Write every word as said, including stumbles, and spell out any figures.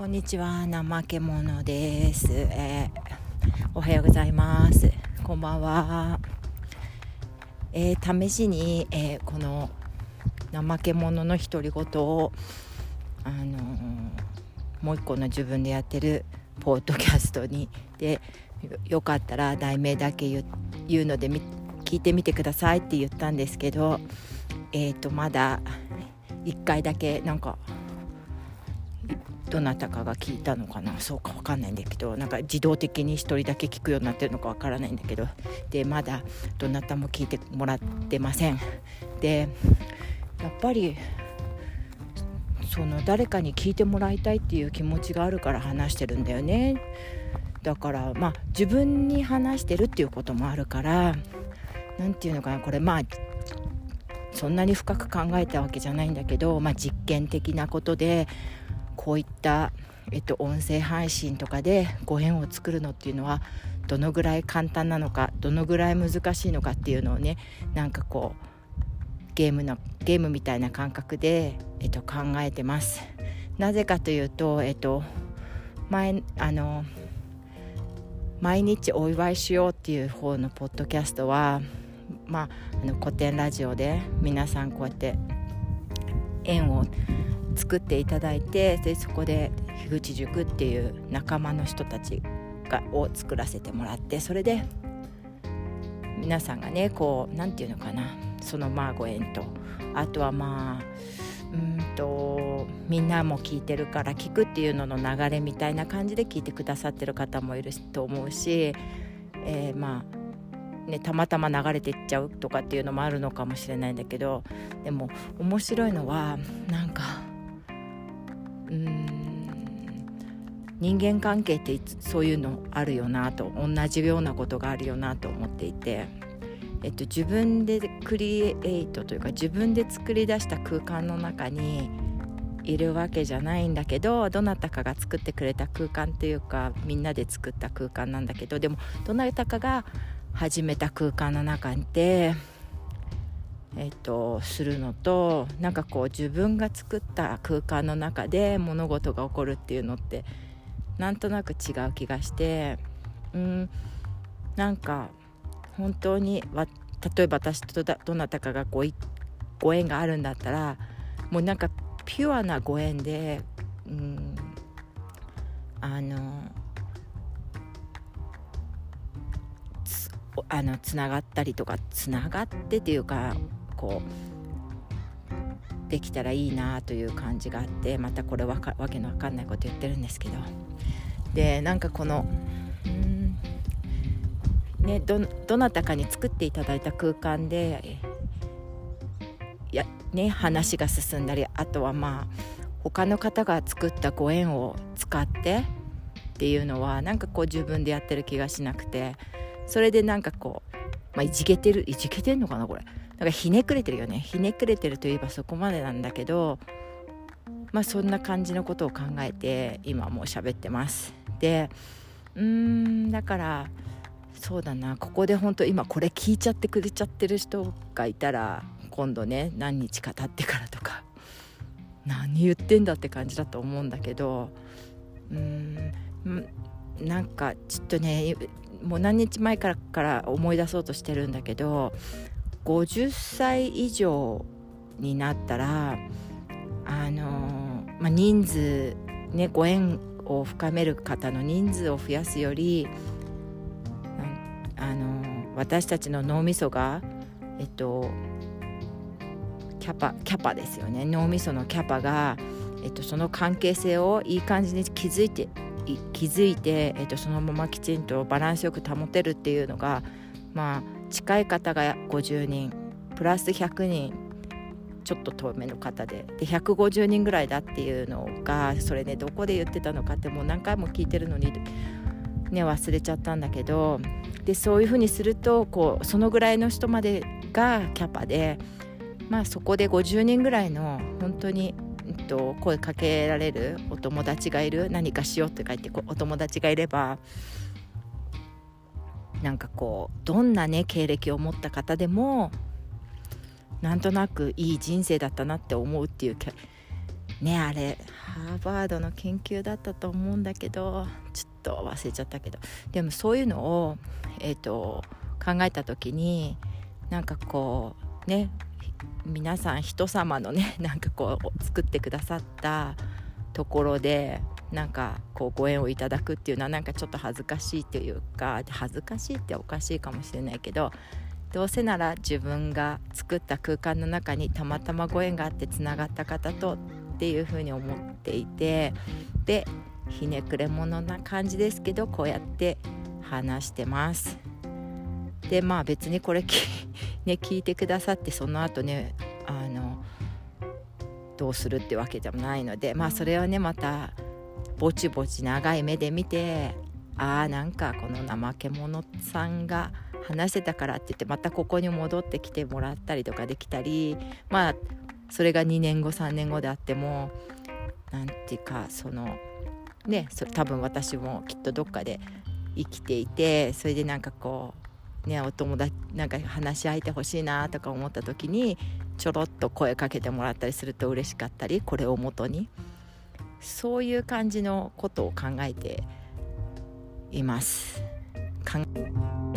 こんにちは、怠け者です、えー、おはようございます。こんばんは。えー、試しに、えー、この怠け者の独り言を、あのー、もう一個の自分でやってるポッドキャストにでよ, よかったら題名だけ 言, 言うので聞いてみてくださいって言ったんですけど、えーとまだいっかいだけなんかどなたかが聞いたのかな、そうか分かんないんだけど、なんか自動的に一人だけ聞くようになってるのか分からないんだけど、でまだどなたも聞いてもらってません。でやっぱりその誰かに聞いてもらいたいっていう気持ちがあるから話してるんだよね。だからまあ自分に話してるっていうこともあるから、なんていうのかな、これまあそんなに深く考えたわけじゃないんだけど、まあ実験的なことでこういった、えっと、音声配信とかでご縁を作るのっていうのはどのぐらい簡単なのか、どのぐらい難しいのかっていうのをね、なんかこうゲームのゲームみたいな感覚で、えっと、考えてます。なぜかというと、えっと、前あの毎日お祝いしようっていう方のポッドキャストは、まあ、あの古典ラジオで皆さんこうやって縁を作っていただいて、でそこで樋口塾っていう仲間の人たちがを作らせてもらって、それで皆さんがねこうなんていうのかな、そのまあご縁と、あとはまあうんとみんなも聞いてるから聞くっていうのの流れみたいな感じで聞いてくださってる方もいると思うし、えー、まあね、たまたま流れていっちゃうとかっていうのもあるのかもしれないんだけど、でも面白いのはなんかうーん人間関係ってそういうのあるよなと、同じようなことがあるよなと思っていて、えっと、自分でクリエイトというか自分で作り出した空間の中にいるわけじゃないんだけど、どなたかが作ってくれた空間っていうかみんなで作った空間なんだけど、でもどなたかが始めた空間の中で、えっと、するのと、なんかこう自分が作った空間の中で物事が起こるっていうのってなんとなく違う気がして、うん、なんか本当にわ例えば私とだどなたかがごご縁があるんだったら、もうなんかピュアなご縁で、うん、あのつあのつながったりとか、つながってっていうかこうできたらいいなという感じがあって、またこれわかわけのわかんないこと言ってるんですけど、でなんかこのうんね、ど, どなたかに作っていただいた空間でや、ね、話が進んだり、あとはまあ他の方が作ったご縁を使ってっていうのはなんかこう自分でやってる気がしなくて、それでなんかこう、まあ、いじけてるいじけてんのかな、これなんかひねくれてるよね。ひねくれてるといえばそこまでなんだけど、まあそんな感じのことを考えて今もう喋ってます。でうーんだからそうだな、ここで本当今これ聞いちゃってくれちゃってる人がいたら、今度ね何日か経ってからとか何言ってんだって感じだと思うんだけど、うーんなんかちょっとねもう何日前からから思い出そうとしてるんだけど、ごじゅっさい以上になったらあの、まあ、人数ね、ご縁を深める方の人数を増やすより、あの私たちの脳みそがえっとキャパキャパですよね。脳みそのキャパが、えっと、その関係性をいい感じに気づいて気づいて、えっと、そのままきちんとバランスよく保てるっていうのが、まあ近い方がごじゅうにんプラスひゃくにんちょっと遠めの方ででひゃくごじゅうにんぐらいだっていうのが、それねどこで言ってたのかってもう何回も聞いてるのにね忘れちゃったんだけど、でそういう風にするとこうそのぐらいの人までがキャパで、まあそこでごじゅうにんぐらいの本当に、えっと、声かけられるお友達がいる、何かしようって書いてお友達がいれば、なんかこうどんなね経歴を持った方でもなんとなくいい人生だったなって思うっていうねあれハーバードの研究だったと思うんだけどちょっと忘れちゃったけど、でもそういうのを、えーと、考えた時になんかこうね皆さん人様のねなんかこう作ってくださったところでなんかこうご縁をいただくっていうのはなんかちょっと恥ずかしいというか、恥ずかしいっておかしいかもしれないけど、どうせなら自分が作った空間の中にたまたまご縁があってつながった方とっていうふうに思っていて、でひねくれ者な感じですけどこうやって話してます。でまあ別にこれね聞いてくださってその後ねあのどうするってわけでもないので、まあそれはねまたぼちぼち長い目で見て、あーなんかこの怠け者さんが話してたからって言ってまたここに戻ってきてもらったりとかできたり、まあそれがにねんごさんねんごであってもなんていうかそのねそれ多分私もきっとどっかで生きていて、それでなんかこうねお友達なんか話し合いてほしいなとか思った時にちょろっと声かけてもらったりすると嬉しかったり、これを元にそういう感じのことを考えています。考